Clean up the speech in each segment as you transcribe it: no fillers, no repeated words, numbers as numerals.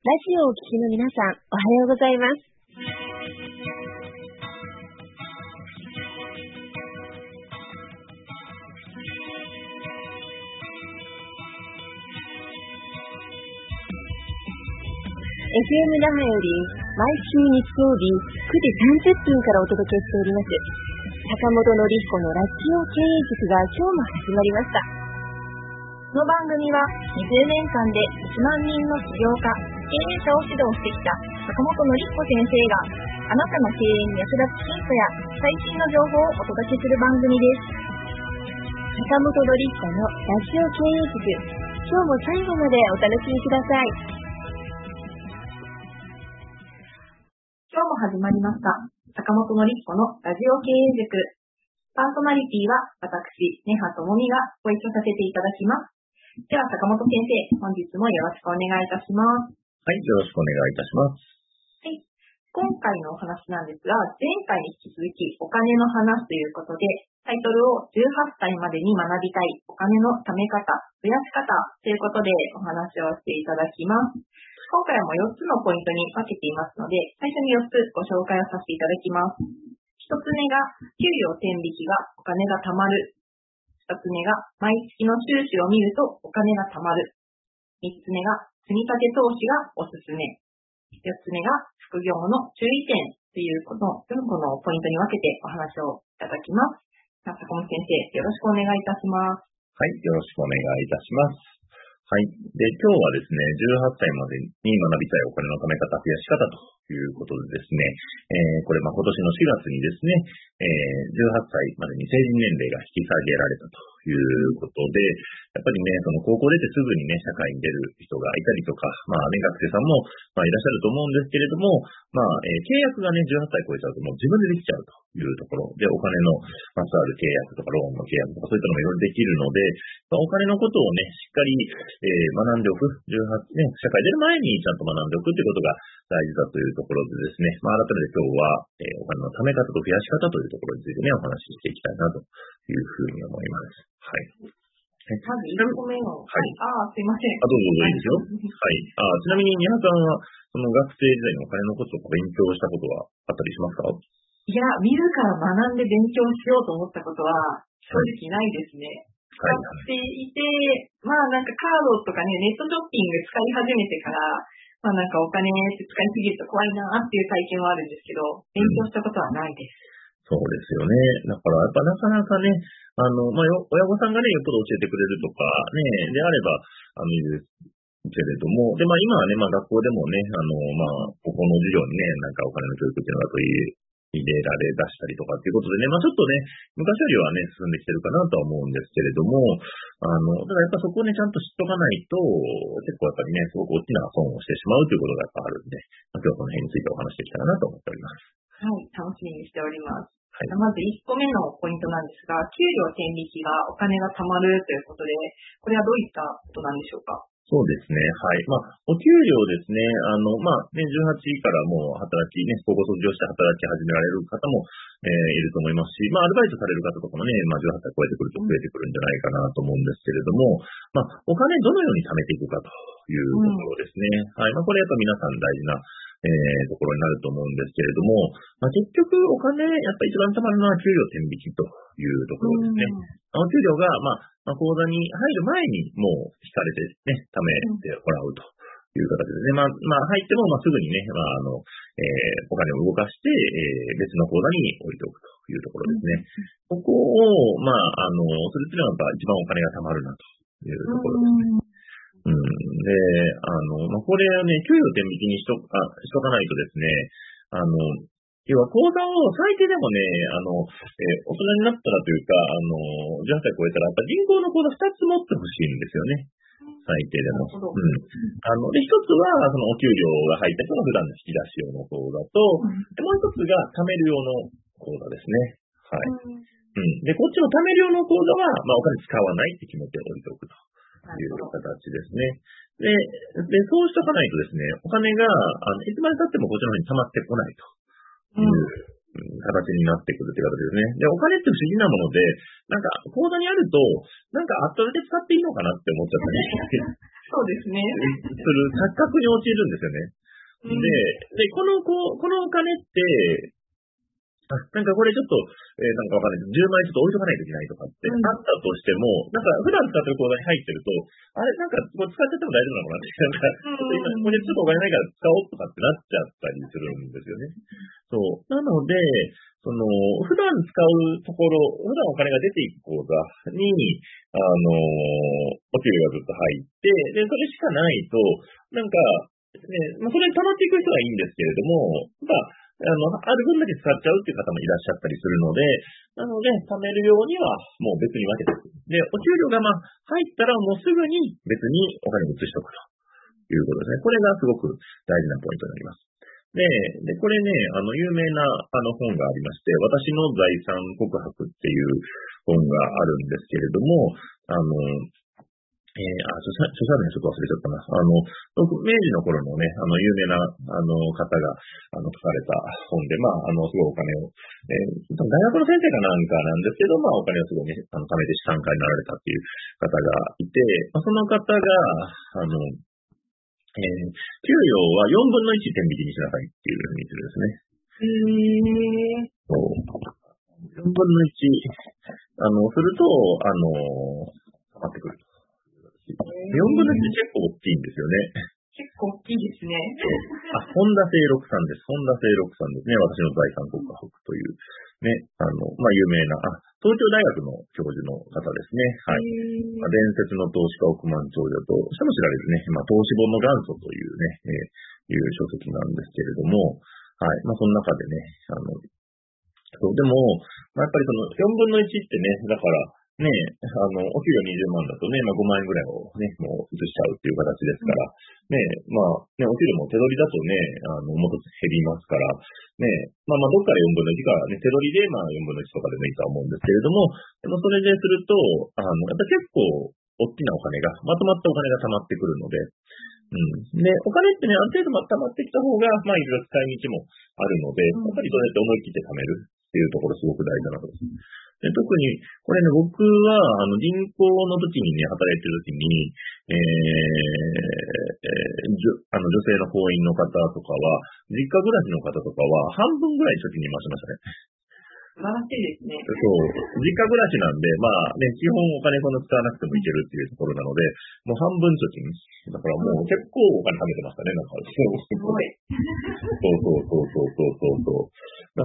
ラジオをお聞きの皆さん、おはようございます。FM 那覇より毎週日曜日9時30分からお届けしております坂本典彦のラジオ経営塾が今日も始まりました。この番組は20年間で1万人の起業家、経営者を指導してきた坂本典彦先生があなたの経営に役立つヒントや最新の情報をお届けする番組です。坂本典彦のラジオ経営塾、今日も最後までお楽しみください。 今日も始まりました坂本典彦のラジオ経営塾。パーソナリティは私、根葉智美がご一緒させていただきます。では坂本先生、本日もよろしくお願いいたします。 はい、よろしくお願いいたします。 はい、今回のお話なんですが、前回に引き続きお金の話ということで、タイトルを18歳までに学びたいお金の貯め方、増やし方ということでお話をしていただきます。今回も4つのポイントに分けていますので、最初に4つご紹介をさせていただきます。1つ目が、給与天引きがお金が貯まる。2つ目が、毎月の収支を見るとお金が貯まる。3つ目が、積み立て投資がおすすめ。4つ目が、副業の注意点というこの4個のポイントに分けてお話をいただきます。坂本先生、よろしくお願いいたします。 はい、よろしくお願いいたします。はい。で、今日はですね、18歳までに学びたいお金の貯め方、増やし方ということでですね、これ今年の4月にですね、18歳までに成人年齢が引き下げられたということで、やっぱりね、その高校出てすぐにね、社会に出る人がいたりとか、学生さんもいらっしゃると思うんですけれども、契約がね、18歳超えちゃうともう自分でできちゃうというところで、お金のまつわる契約とか、ローンの契約とか、そういったのもいろいろできるので、お金のことをね、しっかり学んでおく、18ね、社会出る前にちゃんと学んでおくということが大事だというところでですね、改めて今日は、お金の貯め方と増やし方というところについてね、お話ししていきたいなというふうに思います。はい。 まず1個目の、すいません。 どうぞいいですよ。はい。ちなみに、皆さんは、その学生時代にお金のこととか勉強したことはあったりしますか？ いや、自ら学んで勉強しようと思ったことは、正直ないですね。使っていて、なんかカードとかね、ネットショッピング使い始めてから、なんかお金って使いすぎると怖いなっていう体験はあるんですけど、勉強したことはないです。 そうですよね。だから、やっぱなかなかね、親御さんがね、よっぽど教えてくれるとか、ね、であれば、いいですけれども、で、今はね、学校でもね、ここの授業にね、なんかお金の教育っていうのが入れられ出したりとかっていうことでね、ちょっとね、昔よりはね、進んできてるかなとは思うんですけれども、ただやっぱそこをね、ちゃんと知っとかないと、結構やっぱりね、すごく大きな損をしてしまうということがやっぱあるんで、今日はその辺についてお話していきたいなと思っております。 はい、楽しみにしております。はい、まず1個目のポイントなんですが、給料天引きがお金が貯まるということで、これはどういったことなんでしょうか？ そうですね。はい。お給料ですね。18からもう働きね、高校卒業して働き始められる方も、いると思いますし、アルバイトされる方とかもね、18歳超えてくると増えてくるんじゃないかなと思うんですけれども、お金どのように貯めていくかというところですね。はい。これやっぱ皆さん大事な、ところになると思うんですけれども、結局お金、やっぱ一番貯まるのは給料天引きというところですね。お給料が、口座に入る前にもう引かれてね、貯めてもらうという形でね、入ってもすぐにね、お金を動かして、別の口座に置いておくというところですね。ここを、するというのは一番お金が貯まるなというところですね。で、これはね、給与天引きにしとかないとですね、要は口座を最低でもね、大人になったらというか、18歳超えたら、やっぱ銀行の口座2つ持ってほしいんですよね。最低でも。で、一つは、そのお給料が入った人の普段の引き出し用の口座と、でもう一つが貯める用の口座ですね。はい。で、こっちの貯める用の口座は、お金使わないって決めておいておくという形ですね。で、そうしとかないとですね、お金が、いつまで経ってもこっちの方に溜まってこないと。いう形になってくるという形ですね。で、お金って不思議なもので、なんか、口座にあると、なんかあっただけ使っていいのかなって思っちゃったりそうですね。 する錯覚に陥るんですよね。で、このお金って、なんかこれちょっと、なんかわかんないけど、10万円ちょっと置いとかないといけないとかってあったとしても、なんか普段使ってる口座に入ってると、あれなんかこれ使っちゃっても大丈夫なのかなって、なんか、今これちょっとお金ないから使おうとかってなっちゃったりするんですよね。そう。なので、普段使うところ、普段お金が出ていく口座に、お給料がずっと入って、で、それしかないと、なんか、ね、まあ、それ溜まっていく人はいいんですけれども、ある分だけ使っちゃうっていう方もいらっしゃったりするので、なので、貯めるようにはもう別に分けておく。で、お給料が入ったらもうすぐに別にお金を移しておくということですね。これがすごく大事なポイントになります。で、これね、有名な本がありまして、私の財産告白っていう本があるんですけれども、著者名ちょっと忘れちゃったな。明治の頃のね、有名な、方が、書かれた本で、すごいお金を、大学の先生かなんかなんですけど、お金をすごいね、貯めて資産家になられたっていう方がいて、その方が、給与は4分の1天引きにしなさいっていうふうに言ってるんですね。4分の1、すると、溜まってくる。4分の1結構大きいんですよね。 結構大きいですね。 本田清六さんです。本田清六さんですね。私の財産告白という、ね、有名な、東京大学の教授の方ですね。はい。伝説の投資家億万長者としても知られるね、投資本の元祖というね、いう書籍なんですけれども、はい。その中でね、そう、でも、やっぱりその4分の1ってね、だから、お給料20万だとね、5万円ぐらいをね、もう移しちゃうっていう形ですから、お給料も手取りだとね、もっと減りますから、どっかで4分の1かね、手取りで4分の1とかでもいいとは思うんですけれども、でもそれですると、やっぱ結構大きなお金が、まとまったお金が溜まってくるので、で、お金ってね、ある程度溜まってきた方が、いろいろ使い道もあるので、やっぱりそうやって思い切って貯めるっていうところすごく大事なことです。で、特に、これね、僕は、銀行の時にね、働いてる時に、女性の行員の方とかは、実家暮らしの方とかは、半分ぐらい貯金に回しましたね。 素晴らしいですね。 そう。実家暮らしなんで、基本お金そんな使わなくてもいけるっていうところなので、もう半分貯金。だからもう結構お金貯めてましたね、なんか。 すごい。 そう。だから、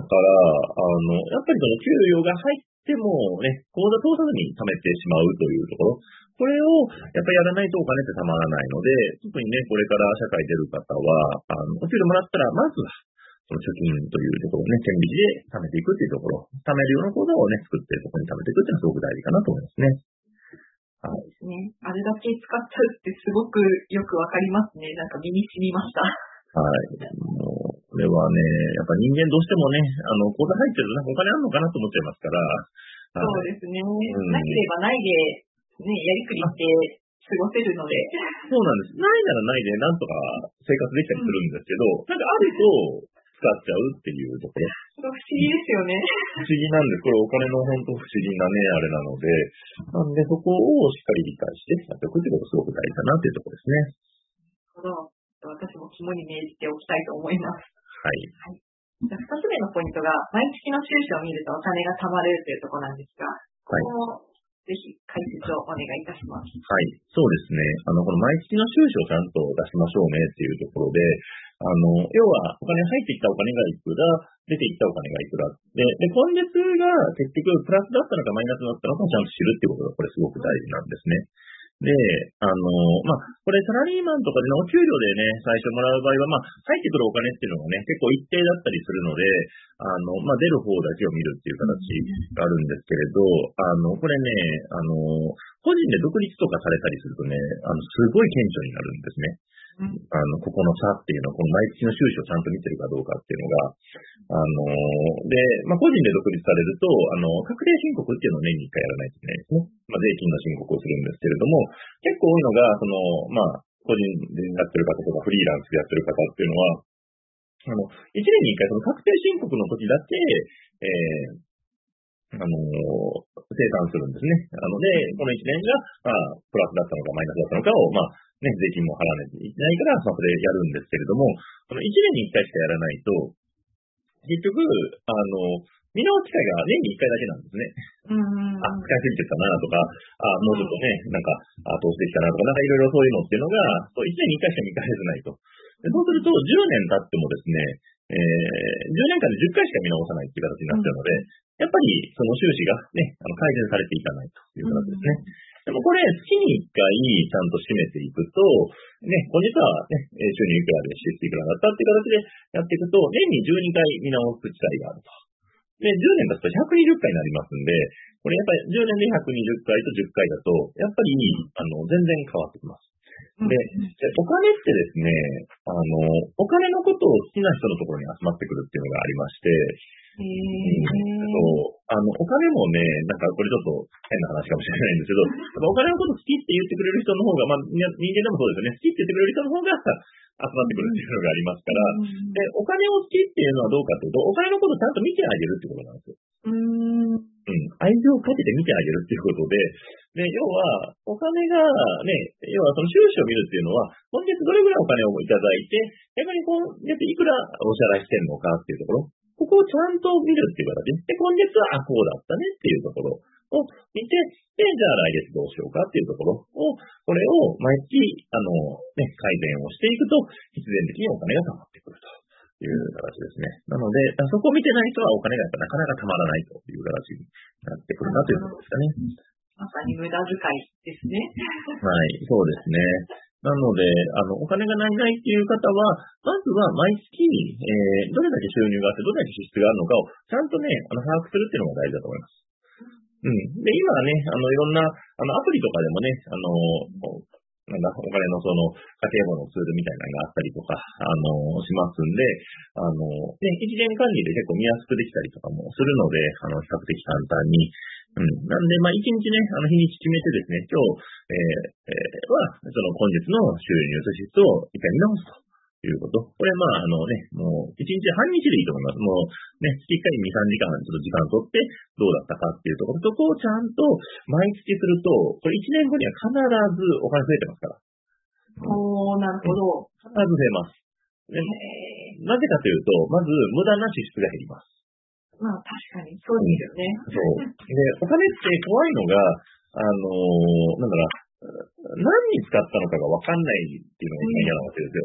やっぱりその給与が入ってもね、口座通さずに貯めてしまうというところ。これを、やっぱりやらないとお金ってたまらないので、特にね、これから社会出る方は、お給料もらったら、まずは、その貯金というところをね、天引きで貯めていくっていうところ、貯めるような口座をね、作ってそこに貯めていくっていうのはすごく大事かなと思いますね。 そうですね。あれだけ使っちゃうってすごくよくわかりますね。なんか身に染みました。 はい。もう、これはね、やっぱ人間どうしてもね、口座入ってるとお金あるのかなと思っちゃいますから。 そうですね。なければないで、ね、やりくりして過ごせるので。 そうなんです。ないならないでなんとか生活できたりするんですけど、なんかあると、使っちゃうっていうところ。 不思議ですよね。 不思議なんです。これお金の本当不思議なね、あれなので、なんでそこをしっかり理解してやっておくってことがすごく大事だなっていうところですね。 なるほど。私も肝に銘じておきたいと思います。 はい。 じゃあ2つ目のポイントが、毎月の収支を見るとお金が貯まるというところなんですが、ここもぜひ解説をお願いいたします。 はい。そうですね。この毎月の収支をちゃんと出しましょうねっていうところで、要は、お金入ってきたお金がいくら、出ていったお金がいくら。で、今月が結局プラスだったのかマイナスだったのかをちゃんと知るっていうことが、これすごく大事なんですね。で、これサラリーマンとかでのお給料でね、最初もらう場合は、入ってくるお金っていうのがね、結構一定だったりするので、出る方だけを見るっていう形があるんですけれど、これね、個人で独立とかされたりするとね、すごい顕著になるんですね。ここの差っていうのは、この毎月の収支をちゃんと見てるかどうかっていうのが、で、個人で独立されると、確定申告っていうのを年に1回やらないといけないですね。税金の申告をするんですけれども、結構多いのが、個人でやってる方とか、フリーランスでやってる方っていうのは、1年に1回その確定申告の時だけ、 生産するんですね。で、この1年が、プラスだったのかマイナスだったのかを、税金も払わないといけないから、それやるんですけれども、この1年に1回しかやらないと、結局、見直す機会が年に1回だけなんですね。使いすぎてたなとか、もうちょっとね、投資できたなとか、いろいろそういうのっていうのが、1年に1回しか見返せないと。そうすると、10年経ってもですね、10年間で10回しか見直さないっていう形になっちゃうので、やっぱりその収支がね、改善されていかないという形ですね。でもこれ、月に1回ちゃんと締めていくと、ね、本日はね、収入いくらで支出いくらだったっていう形でやっていくと、年に12回見直す機会があると。で、10年だと120回になりますんで、これやっぱり10年で120回と10回だと、やっぱり、全然変わってきます。で、お金ってですね、お金のことを好きな人のところに集まってくるっていうのがありまして、お金もね、これちょっと変な話かもしれないんですけど、お金のこと好きって言ってくれる人の方が、人間でもそうですよね、好きって言ってくれる人の方が集まってくるっていうのがありますから、で、お金を好きっていうのはどうかというと、お金のことをちゃんと見てあげるってことなんですよ。愛情をかけて見てあげるっていうことで、要は、お金がね、要はその収支を見るっていうのは、今月どれぐらいお金をいただいて、逆に今月いくらお支払いしてるのかっていうところ、ここをちゃんと見るっていう形で、今月はこうだったねっていうところを見て、で、じゃあ来月どうしようかっていうところを、これを毎月、改善をしていくと、必然的にお金が溜まってくるという形ですね。なので、そこを見てない人はお金がやっぱなかなか溜まらないという形になってくるなというところですかね。 まさに無駄遣いですね。 はい、そうですね。なので、お金がないっていう方は、まずは毎月、どれだけ収入があって、どれだけ支出があるのかを、ちゃんとね、把握するっていうのが大事だと思います。で、今はね、いろんな、アプリとかでもね、お金のその、家計簿のツールみたいなのがあったりとか、しますんで、一元管理で結構見やすくできたりとかもするので、比較的簡単に。なんで、一日ね、日にち決めてですね、今日、は、その今月の収入と支出を一回見直すということ。これもう、一日半日でいいと思います。もう、ね、月1回2、3時間、ちょっと時間を取って、どうだったかっていうところ、そこをちゃんと毎月すると、これ1年後には必ずお金増えてますから。 なるほど。 必ず増えます。なぜかというと、まず無駄な支出が減ります。 確かに、そうですよね。 そう。で、お金って怖いのが、何に使ったのかがわかんないっていうのが一番嫌なわけですよ。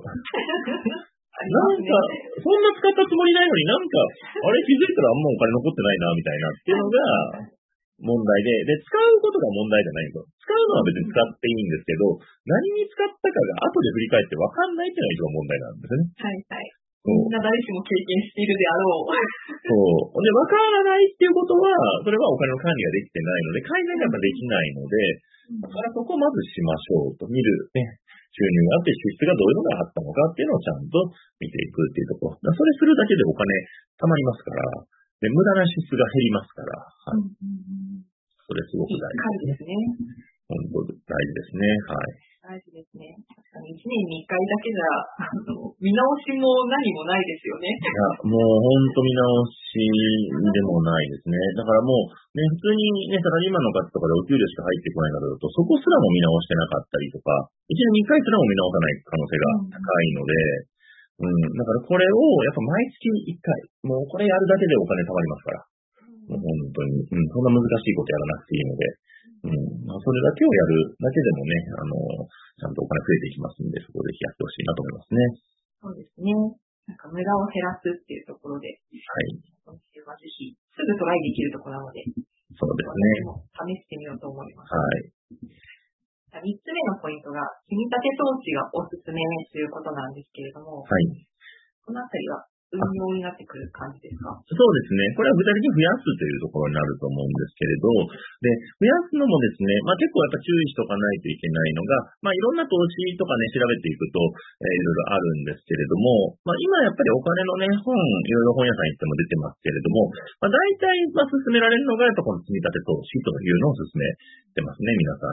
そんな使ったつもりないのにあれ気づいたらあんまお金残ってないな、みたいなっていうのが問題で、使うことが問題じゃないと。使うのは別に使っていいんですけど、何に使ったかが後で振り返ってわかんないっていうのが一番問題なんですね。 はいはい。みんな誰しも経験しているであろう。 そう。で、わからないっていうことは、それはお金の管理ができてないので、改善がやっぱできないので、だからそこをまずしましょうと。見る、ね、収入があって支出がどういうのがあったのかっていうのをちゃんと見ていくっていうところ。それするだけでお金貯まりますから、で無駄な支出が減りますから、はい、それすごく大事ですね。本当大事ですね。はい。 大事ですね。確かに1年に1回だけじゃ、見直しも何もないですよね。 いや、もう本当見直しでもないですね。だからもう、ね、普通にね、サラリーマンの方とかでお給料しか入ってこない方だと、そこすらも見直してなかったりとか、1年に1回すらも見直さない可能性が高いので、だからこれを、やっぱ毎月1回、もうこれやるだけでお金貯まりますから。もう本当に、そんな難しいことやらなくていいので、それだけをやるだけでもね、ちゃんとお金増えていきますので、そこでやってほしいなと思いますね。 そうですね。無駄を減らすっていうところで、 はい。 今週はぜひ、すぐトライできるところなので、 そうですね。 試してみようと思います。 はい。 3つ目のポイントが、積み立て投資がおすすめということなんですけれども、 はい。 このあたりは運用になってくる感じですか？ そうですね。これは具体的に増やすというところになると思うんですけれど、で、増やすのもですね、結構やっぱ注意しとかないといけないのが、いろんな投資とかね、調べていくと、いろいろあるんですけれども、今やっぱりお金のね、いろいろ本屋さん行っても出てますけれども、大体、勧められるのが、やっぱこの積み立て投資というのを勧めてますね、皆さんね。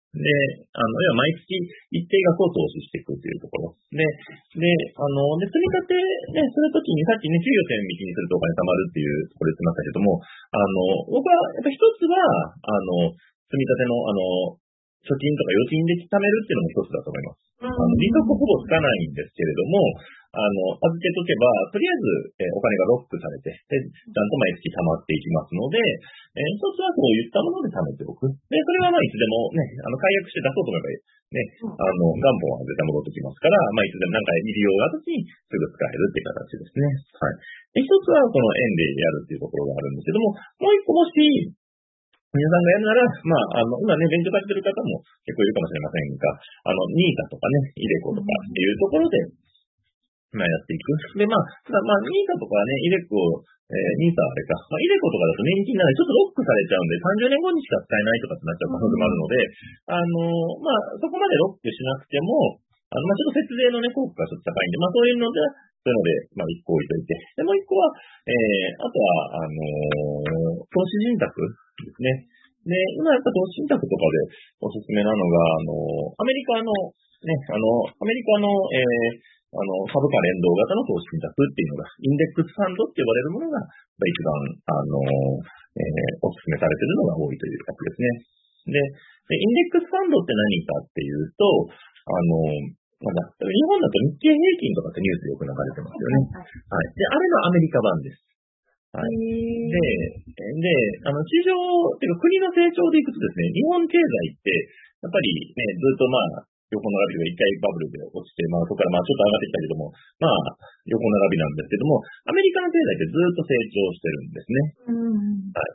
で、要は毎月一定額を投資していくというところ。で、積み立て、ね、するときにさっきね、給与点引きにするとお金貯まるっていうところで言ってましたけども、僕はやっぱ一つは、積み立ての、貯金とか預金で貯めるっていうのも一つだと思います。利息ほぼつかないんですけれども、預けとけば、とりあえず、お金がロックされて、で、ちゃんと毎月貯まっていきますので、一つはそういったもので貯めておく。で、それはまあいつでもね、解約して出そうと思えばね、元本は絶対戻ってきますから、まあいつでもなんか利用があるときにすぐ使えるっていう形ですね。はい。で、一つはこの円でやるっていうところがあるんですけども、もう一個もし、皆さんがやるなら、今ね、勉強されてる方も結構いるかもしれませんが、ニータとかね、イデコとかっていうところで、やっていく。で、ただニータとかね、イデコ、ニータはあれか、イデコとかだと年金なのでちょっとロックされちゃうんで、30年後にしか使えないとかってなっちゃう可能性もあるので、そこまでロックしなくても、ちょっと節税のね、効果がちょっと高いんで、そういうので、一個置いといて。で、もう一個は、あとは、投資信託ですね。で、今やっぱ投資信託とかでおすすめなのが、アメリカの、株価連動型の投資信託っていうのが、インデックスファンドって呼ばれるものが、一番、おすすめされているのが多いというやつですね。で、インデックスファンドって何かっていうと、日本だと日経平均とかってニュースよく流れてますよね。はい。で、あれのアメリカ版です。はい。で、市場、っていうか国の成長でいくとですね、日本経済って、やっぱりね、ずっと横並びが一回バブルで落ちて、そこからちょっと上がってきたけども、横並びなんですけども、アメリカの経済ってずっと成長してるんですね。はい。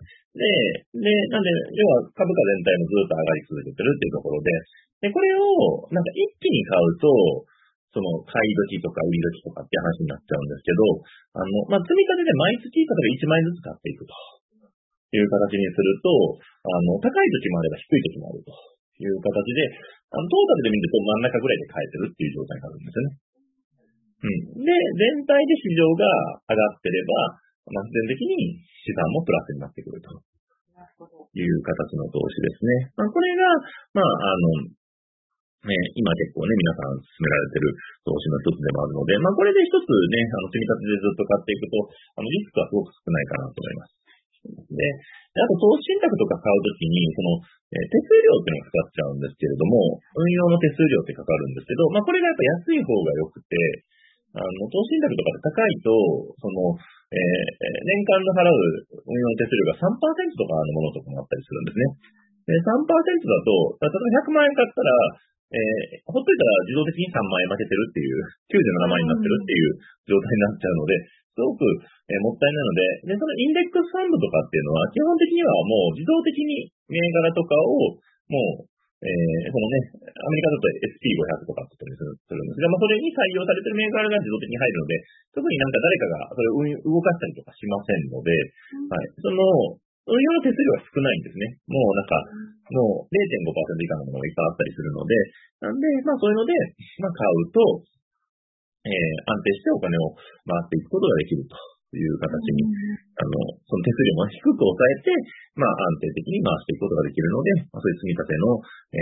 で、なんで、要は株価全体もずっと上がり続けてるっていうところで、これを、一気に買うと、その、買い時とか売り時とかって話になっちゃうんですけど、積み立てで毎月、例えば1万円ずつ買っていくという形にすると、高い時もあれば低い時もあるという形で、トータルで見ると真ん中ぐらいで買えてるっていう状態になるんですよね。で、全体で市場が上がってれば、必然的に資産もプラスになってくるという形の投資ですね。これが、今結構ね、皆さん進められてる投資の一つでもあるので、これで一つね、積み立てでずっと買っていくと、リスクはすごく少ないかなと思います。で、あと投資信託とか買うときに、手数料っていうのを使っちゃうんですけれども、運用の手数料ってかかるんですけど、これがやっぱ安い方が良くて、投資信託とかで高いと、年間の払う運用の手数料が 3% とかのものとかもあったりするんですね。で、3% だと、例えば100万円買ったら、ほっといたら自動的に3万円負けてるっていう、97万円になってるっていう状態になっちゃうので、すごく、もったいないので、そのインデックスファンドとかっていうのは、基本的にはもう自動的に銘柄とかを、もう、アメリカだと SP500 とかって言ったりするんですが、それに採用されてる銘柄が自動的に入るので、特に誰かがそれを動かしたりとかしませんので、はい。運用の手数料が少ないんですね。もう0.5% 以下のものがいっぱいあったりするので、なんで、そういうので、買うと、安定してお金を回っていくことができるという形に、その手数料も低く抑えて、安定的に回していくことができるので、そういう積み立ての、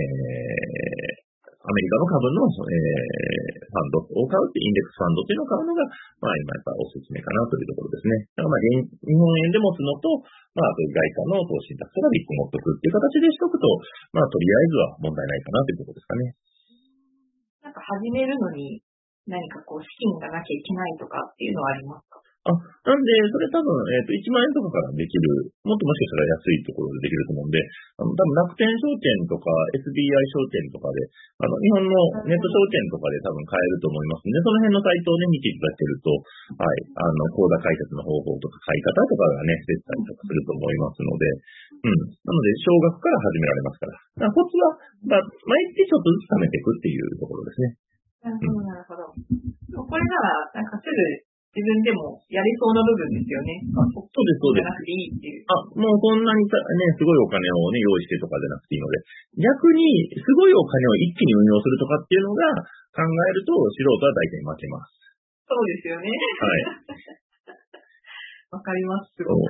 アメリカの株の、ファンドを買うって、インデックスファンドっていうのを買うのが、今やっぱおすすめかなというところですね。だから日本円で持つのと、あと外貨の投資信託とかで1個持っておくっていう形でしとくと、とりあえずは問題ないかなというところですかね。 始めるのに何か資金がなきゃいけないとかっていうのはありますか？ なんで、それ多分、1万円とかからできる、もっともしかしたら安いところでできると思うんで、多分楽天証券とか SBI 証券とかで、日本のネット証券とかで多分買えると思いますんで、その辺のサイトをね、見ていただけると、はい、口座開設の方法とか買い方とかがね、出たりとかすると思いますので、なので、少額から始められますから。コツは、毎月ちょっとずつ貯めていくっていうところですね。 なるほど。これなら、すぐ、自分でもやれそうな部分ですよね。 そうです、そうです。 じゃなくていいっていう。 もうそんなにね、すごいお金をね、用意してとかじゃなくていいので、逆に、すごいお金を一気に運用するとかっていうのが考えると、素人は大体負けます。 そうですよね。 はい。 わかります、すごく。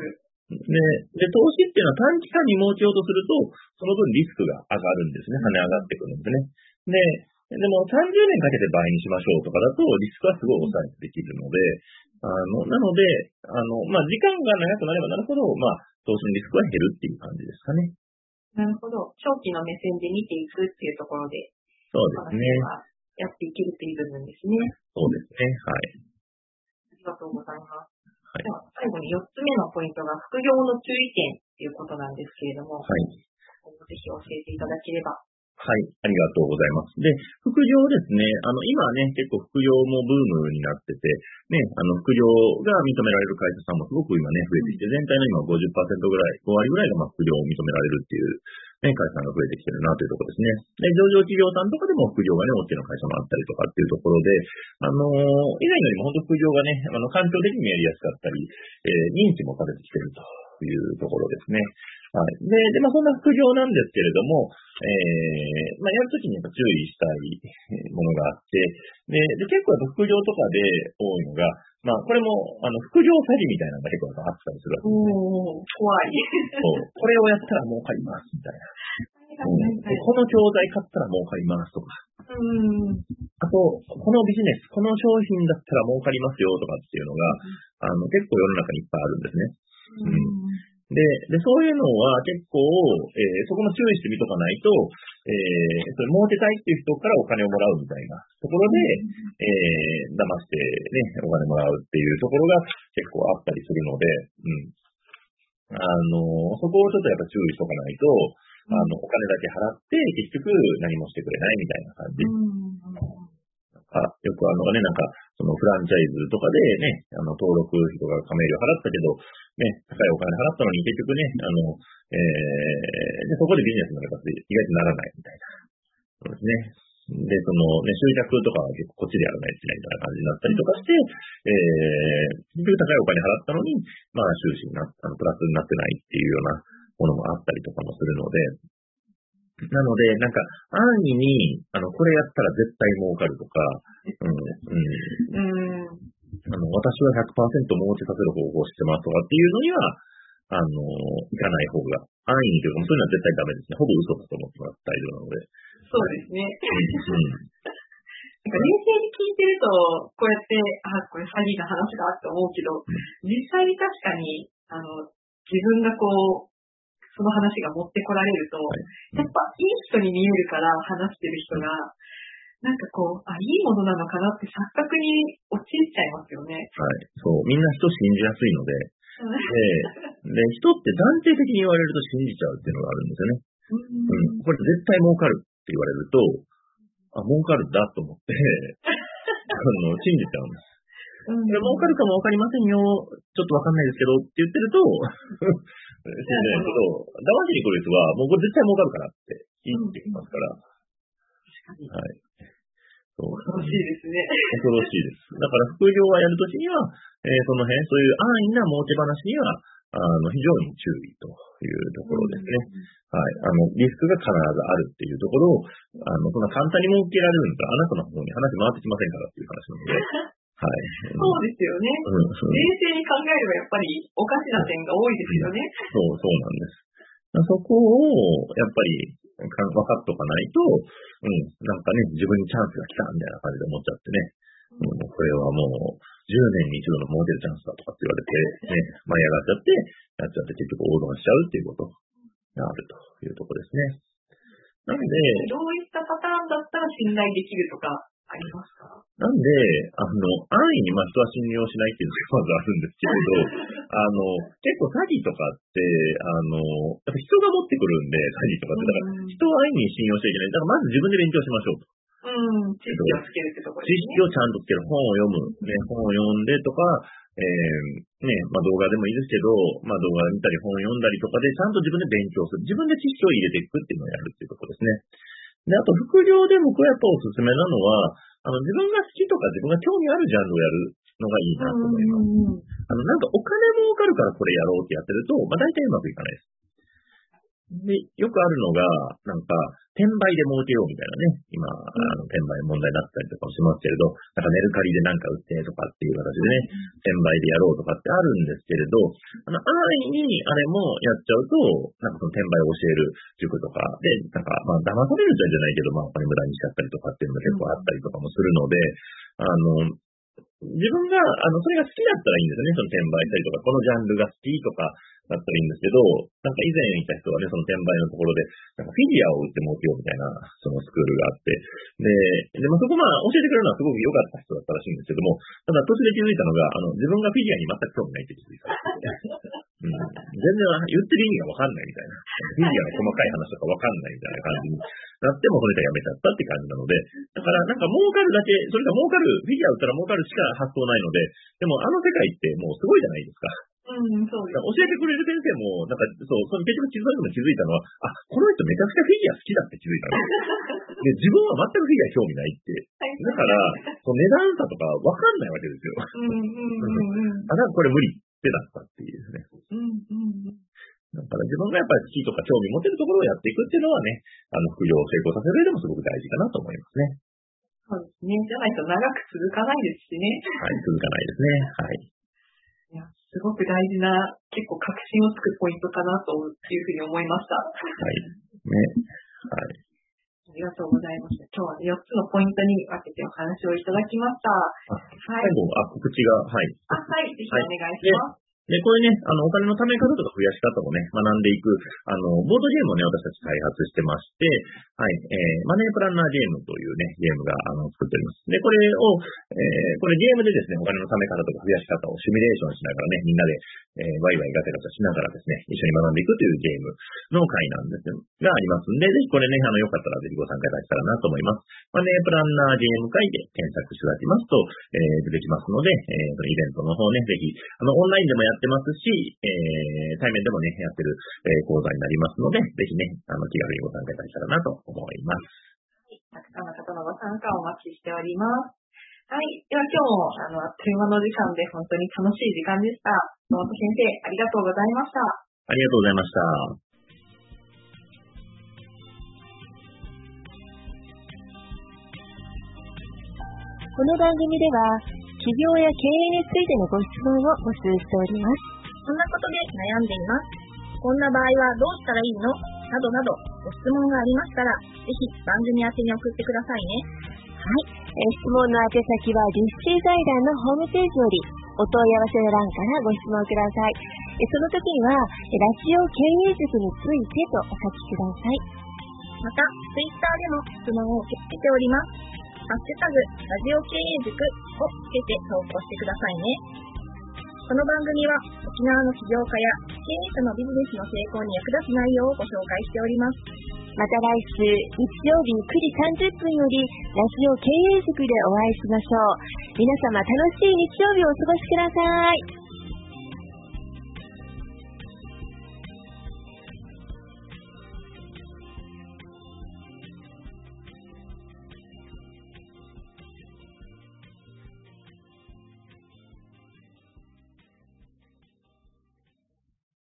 投資っていうのは短期間に儲けようとすると、その分リスクが上がるんですね。跳ね上がってくるんですね。でも30年かけて倍にしましょうとかだと、リスクはすごい抑えてできるので、なので、時間が長くなればなるほど、投資のリスクは減るっていう感じですかね。 なるほど。長期の目線で見ていくっていうところで、 そうですね。 やっていけるという部分ですね。 そうですね。 はい。ありがとうございます。 はい、 では最後に4つ目のポイントが副業の注意点ということなんですけれども、 はい。 ぜひ教えていただければ。 はい、ありがとうございます。で、副業ですね、今はね、結構副業もブームになってて、ね、副業が認められる会社さんもすごく今ね、増えてきて、全体の今50%ぐらい、5割ぐらいが副業を認められるっていう、ね、会社さんが増えてきてるなというところですね。で、上場企業さんとかでも副業がね、OK の会社もあったりとかっていうところで、以前よりも本当副業がね、環境的にやりやすかったり、認知もされてきてるというところですね。はい。で、そんな副業なんですけれども、やるときにやっぱ注意したいものがあって、で、結構副業とかで多いのが、これも、副業詐欺みたいなのが結構あったりするわけですね。 怖い。 そう。これをやったら儲かります、みたいな。この教材買ったら儲かりますとか。あと、このビジネス、この商品だったら儲かりますよとかっていうのが、結構世の中にいっぱいあるんですね。で、そういうのは結構、そこも注意してみとかないと、それ儲けたいっていう人からお金をもらうみたいなところで、騙してね、お金もらうっていうところが結構あったりするので、そこをちょっとやっぱ注意しとかないと、お金だけ払って結局何もしてくれないみたいな感じ。よくそのフランチャイズとかでね、登録費とか加盟料払ったけど、ね、高いお金払ったのに結局ね、で、そこでビジネスになるかって意外とならないみたいな。そうですね。で、そのね、集客とかは結構こっちでやらないといけないみたいな感じになったりとかして、結局高いお金払ったのに、収支にプラスになってないっていうようなものもあったりとかもするので、なので、安易に、これやったら絶対儲かるとか、私は 100% 儲けさせる方法を知ってますとかっていうのには、いかない方が、安易にというか、そういうのは絶対ダメですね。ほぼ嘘だと思ってもらって大丈夫なので。 そうですね。冷静に聞いてると、こうやって、これ詐欺の話だって思うけど、実際に確かに、自分がその話が持ってこられると、やっぱいい人に見えるから話してる人が、いいものなのかなって錯覚に陥っちゃいますよね。 はい。そう。みんな人信じやすいので、で、人って断定的に言われると信じちゃうっていうのがあるんですよね。これ絶対儲かるって言われると、儲かるんだと思って、信じちゃうんです。これ儲かるかもわかりませんよ、ちょっとわかんないですけどって言ってると、信じないけど、騙しに来る人は、もうこれ絶対儲かるからって言ってきますから。 確かに。 はい。 恐ろしいですね。 恐ろしいです。だから副業はやるときには、その辺、そういう安易な儲け話には、非常に注意というところですね。はい。リスクが必ずあるっていうところを、そんな簡単に儲けられるんだ。あなたの方に話回ってきませんからっていう話なので。はい。 そうですよね。冷静に考えればやっぱりおかしな点が多いですよね。 そうなんです。そこを、やっぱり、分かっとかないと、自分にチャンスが来たみたいな感じで思っちゃってね。これはもう、10年に一度の儲けるチャンスだとかって言われて、ね、舞い上がっちゃって、やっちゃって結局大損しちゃうっていうことがあるというところですね。なので、 どういったパターンだったら信頼できるとかありますか？ なんで、安易に人は信用しないっていうのがまずあるんですけれど、結構詐欺とかって、やっぱ人が持ってくるんで、詐欺とかって、だから人を安易に信用しちゃいけない。だからまず自分で勉強しましょうと。 知識をつけるってところですね。 知識をちゃんとつける。本を読む。ね、本を読んでとか、動画でもいいですけど、動画見たり本を読んだりとかで、ちゃんと自分で勉強する。自分で知識を入れていくっていうのをやるっていうところですね。で、あと副業で僕やっぱおすすめなのは、自分が好きとか自分が興味あるジャンルをやるのがいいなと思います。お金儲かるからこれやろうってやってると、大体うまくいかないです。 で、よくあるのが、なんか、転売で儲けようみたいなね、今、転売問題になったりとかもしますけれど、なんかメルカリでなんか売ってとかっていう形でね、転売でやろうとかってあるんですけれど、安易にあれもやっちゃうと、なんかその転売を教える塾とかで、なんか、まあ、騙されるじゃないけど、まあ、お金無駄にしちゃったりとかっていうのが結構あったりとかもするので、自分が、それが好きだったらいいんですよね。その転売したりとか、このジャンルが好きとかだったらいいんですけど、なんか以前いた人はね、その転売のところで、なんかフィギュアを売って儲けようみたいな、そのスクールがあって、で、まあ、そこまあ教えてくれるのはすごく良かった人だったらしいんですけども、ただ途中で気づいたのが、自分がフィギュアに全く興味ないって気づいた。全然言ってる意味がわかんないみたいな。フィギュアの細かい話とかわかんないみたいな感じになっても、それじゃやめちゃったって感じなので、だからなんか儲かるだけ、それが儲かる、フィギュア売ったら儲かるしか発想ないので、でも世界ってもうすごいじゃないですか。 そうです。 教えてくれる先生も、なんか、そう、その結局そういうのも気づいたのは、この人めちゃくちゃフィギュア好きだって気づいたので、自分は全くフィギュア興味ないって。だから、その値段差とかわかんないわけですよ。だからこれ無理ってなったっていうですね。だから自分がやっぱり好きとか興味持てるところをやっていくっていうのはね、副業を成功させる上でもすごく大事かなと思いますね。 そうですね。じゃないと長く続かないですしね。 はい、続かないですね。はい。 いや、すごく大事な、結構確信をつくポイントかなというふうに思いました。 はい。ね。はい。 ありがとうございました。今日は4つのポイントに分けてお話をいただきました。 最後、告知が、はい。 はい、ぜひお願いします。 で、これね、お金の貯め方とか増やし方をね、学んでいく、ボードゲームをね、私たち開発してまして、はい、マネープランナーゲームというね、ゲームが、作っております。で、これを、これゲームでですね、お金の貯め方とか増やし方をシミュレーションしながらね、みんなで、ワイワイガチャガチャしながらですね、一緒に学んでいくというゲームの回なんですがありますんで、ぜひこれね、よかったらぜひご参加いただけたらなと思います。マネープランナーゲーム会で検索していただきますと、出てきますので、イベントの方ね、ぜひ、オンラインでもやってますし、対面でもね、やってる、講座になりますので、ぜひね、気軽にご参加いただけたらなと思います。 たくさんの方のご参加をお待ちしております。はい。では今日も、あっという間の時間で本当に楽しい時間でした。野本先生、ありがとうございました。 ありがとうございました。 この番組では、起業や経営についてのご質問を募集しております。 こんなことで悩んでいます。こんな場合はどうしたらいいの？などなど、ご質問がありましたら、ぜひ番組宛てに送ってくださいね。 はい。質問の宛先は立志財団のホームページよりお問い合わせの欄からご質問ください。その時には、ラジオ経営塾についてとお書きください。 また、ツイッターでも質問を受け付けております。ハッシュタグ、ラジオ経営塾をつけて投稿してくださいね。この番組は沖縄の起業家や経営者のビジネスの成功に役立つ内容をご紹介しております。 また来週日曜日9時30分よりラジオ経営塾でお会いしましょう。皆様楽しい日曜日をお過ごしください。